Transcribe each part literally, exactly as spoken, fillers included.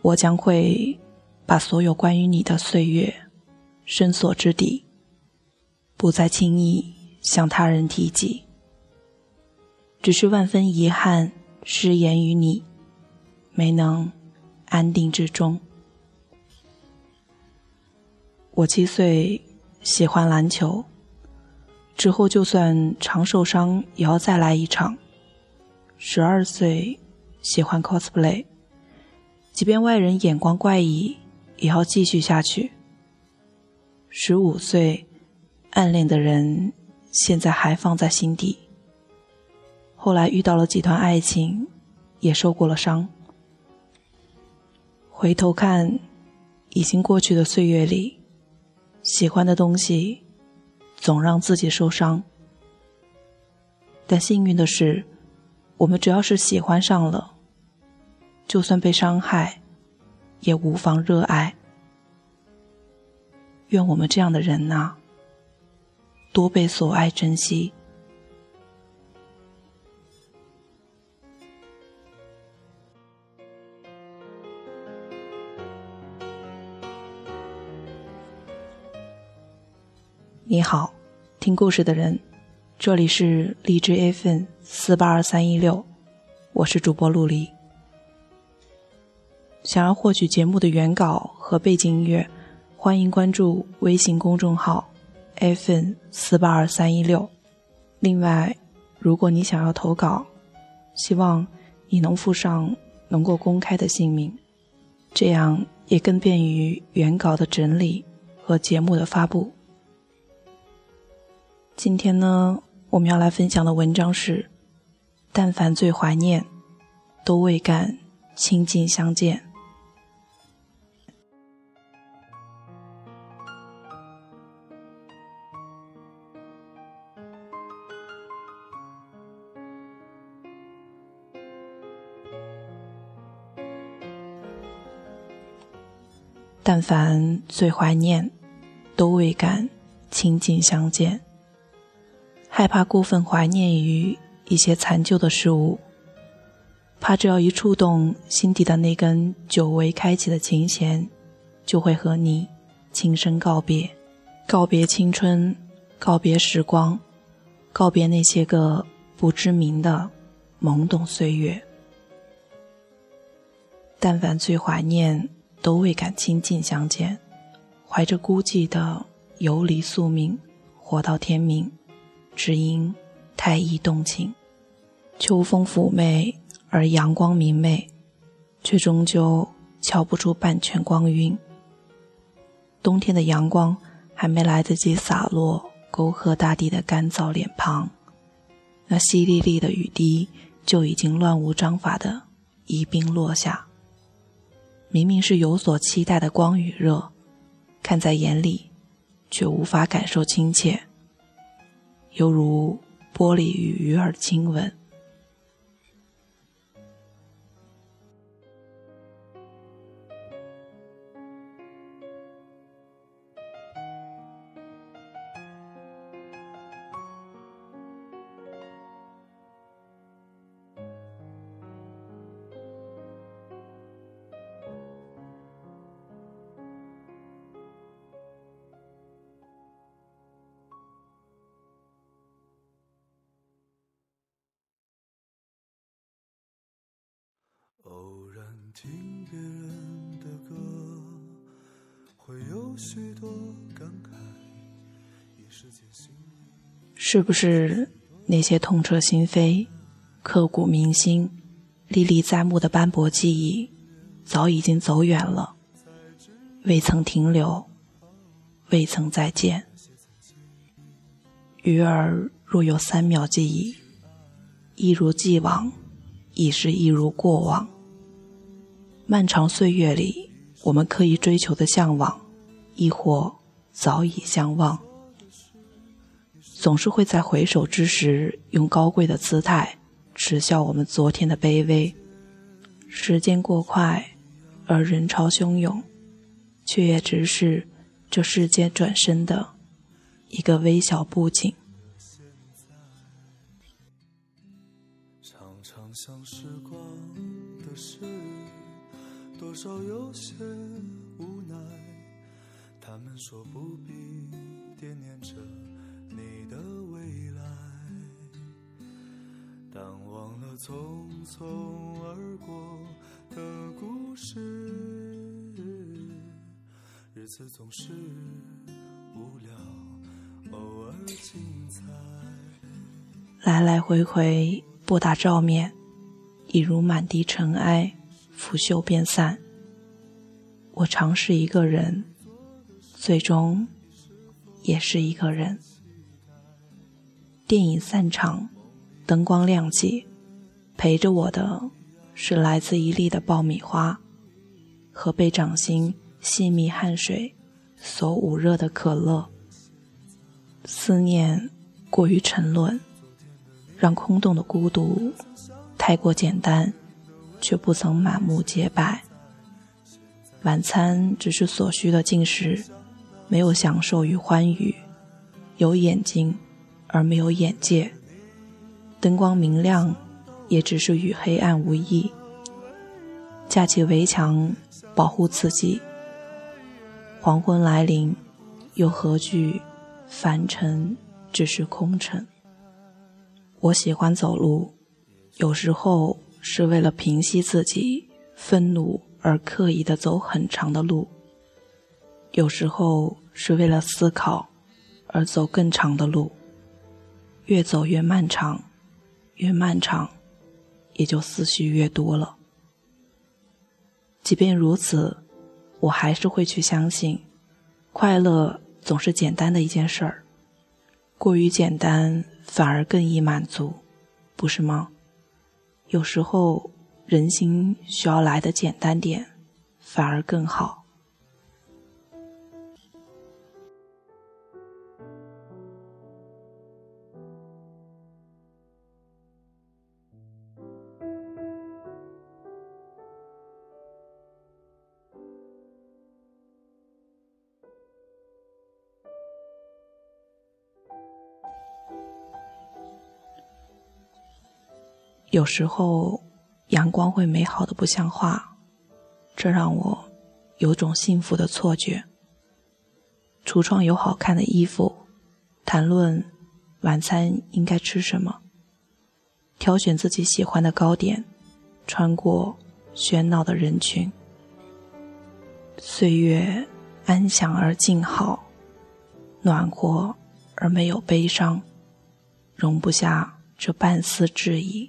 我将会把所有关于你的岁月深锁之底，不再轻易向他人提及。只是万分遗憾，失言于你，没能安定至终。我七岁喜欢篮球，之后就算常受伤也要再来一场。十二岁喜欢 cosplay， 即便外人眼光怪异，也要继续下去。十五岁暗恋的人现在还放在心底，后来遇到了几段爱情，也受过了伤。回头看已经过去的岁月里，喜欢的东西总让自己受伤。但幸运的是，我们只要是喜欢上了，就算被伤害也无妨热爱。愿我们这样的人啊，多被所爱珍惜。你好，听故事的人，这里是荔枝 F M 四八二三一六，我是主播陆离。想要获取节目的原稿和背景音乐，欢迎关注微信公众号 F M 四八二三一六。另外，如果你想要投稿，希望你能附上能够公开的姓名，这样也更便于原稿的整理和节目的发布。今天呢，我们要来分享的文章是：但凡最怀念，都未敢亲近相见。但凡最怀念，都未敢亲近相见。害怕过分怀念于一些残旧的事物，怕只要一触动心底的那根久违开启的琴弦，就会和你轻声告别，告别青春，告别时光，告别那些个不知名的懵懂岁月。但凡最怀念，都未敢亲近相见，怀着孤寂的游离宿命，活到天明，只因太易动情。秋风妩媚而阳光明媚，却终究敲不出半圈光晕。冬天的阳光还没来得及洒落沟壑大地的干燥脸庞，那淅沥沥的雨滴就已经乱无章法地一并落下。明明是有所期待的光与热，看在眼里却无法感受亲切，犹如玻璃与鱼儿亲吻。 偶然听别人的歌，会有许多感慨，一时间心里是不是那些痛彻心扉、刻骨铭心、历历在目的斑驳记忆早已经走远了，未曾停留，未曾再见。鱼儿若有三秒记忆，一如既往，亦是一如过往。漫长岁月里，我们刻意追求的向往，亦或早已相忘，总是会在回首之时，用高贵的姿态耻笑我们昨天的卑微。时间过快，而人潮汹涌，却也只是这世间转身的一个微小布景。 常常想时光的事， 多少有些无奈，他们说不必惦念着你的未来，但忘了匆匆而过的故事，日子总是无聊，偶尔精彩。 来来回回拨打照面，一如满地尘埃，拂袖便散。我尝试一个人，最终也是一个人。电影散场，灯光亮起，陪着我的是来自一粒的爆米花和被掌心细密汗水所捂热的可乐。思念过于沉沦，让空洞的孤独太过简单，却不曾满目洁白。晚餐只是所需的进食，没有享受与欢愉，有眼睛而没有眼界，灯光明亮也只是与黑暗无异。架起围墙保护自己，黄昏来临，又何惧凡尘只是空尘。我喜欢走路，有时候是为了平息自己愤怒而刻意地走很长的路，有时候是为了思考而走更长的路，越走越漫长，越漫长也就思绪越多了。即便如此，我还是会去相信，快乐总是简单的一件事儿，过于简单反而更易满足，不是吗？有时候人心需要来得简单点，反而更好。有时候阳光会美好的不像话，这让我有种幸福的错觉。橱窗有好看的衣服，谈论晚餐应该吃什么，挑选自己喜欢的糕点，穿过喧闹的人群。岁月安详而静好，暖和而没有悲伤，容不下这半丝质疑。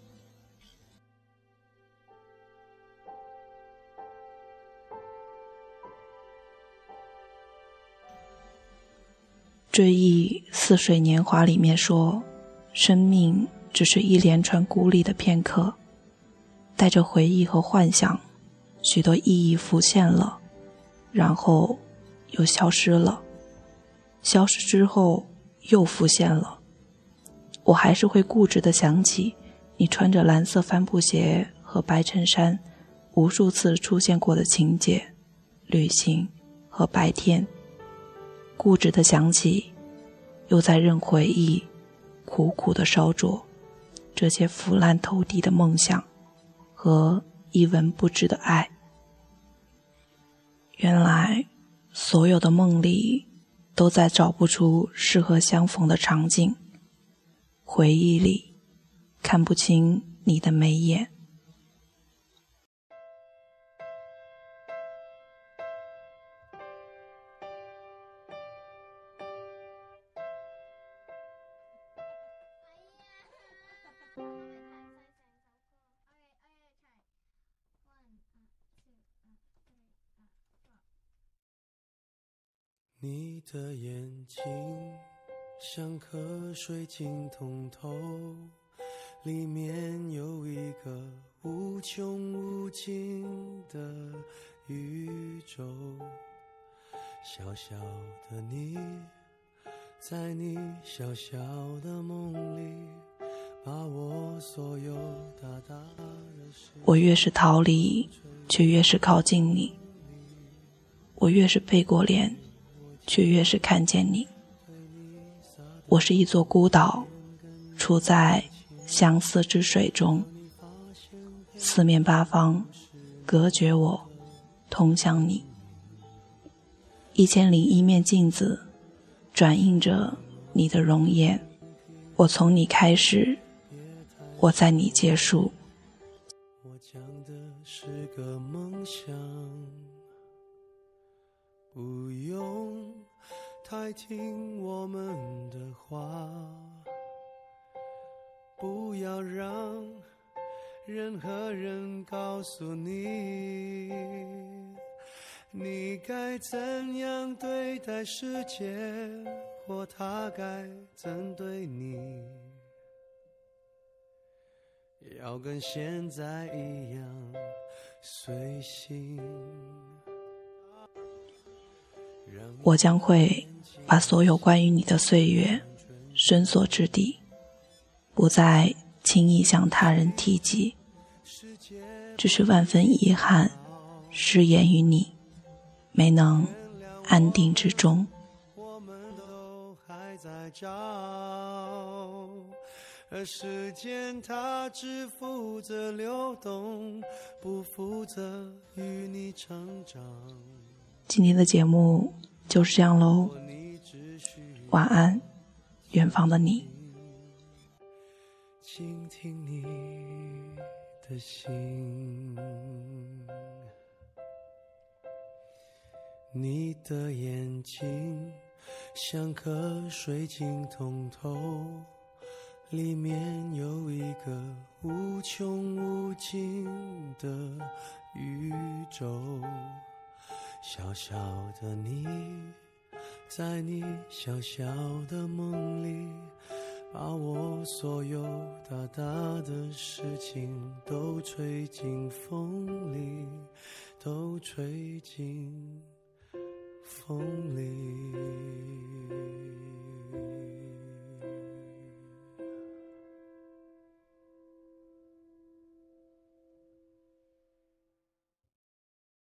追忆似水年华里面说，生命只是一连串孤立的片刻，带着回忆和幻想，许多意义浮现了，然后又消失了，消失之后又浮现了。我还是会固执地想起你穿着蓝色帆布鞋和白衬衫无数次出现过的情节、旅行和白天，固执地想起，又在任回忆苦苦地烧灼这些腐烂透底的梦想和一文不值的爱。原来所有的梦里都在找不出适合相逢的场景，回忆里看不清你的眉眼。 你的眼睛像颗水晶通透，里面有一个无穷无尽的宇宙。小小的你，在你小小的梦里，把我所有大大的事。 我越是逃离，却越是靠近你；我越是背过脸，却越是看见你。我是一座孤岛，处在相思之水中，四面八方隔绝我，通向你。一千零一面镜子，转映着你的容颜。我从你开始，我在你结束。 我讲的是个梦想，不用太听我们的话，不要让任何人告诉你，你该怎样对待世界，或他该怎对你，要跟现在一样随性。 我将会把所有关于你的岁月深锁之地，不再轻易向他人提及，只是万分遗憾，失言于你，没能安定之中。 我们都还在找，而时间它只负责流动，不负责与你成长。 今天的节目就是这样喽，晚安，远方的你。 倾听你的心，你的眼睛像颗水晶通透，里面有一个无穷无尽的宇宙。小小的你，在你小小的梦里，把我所有大大的事情都吹进风里，都吹进风里。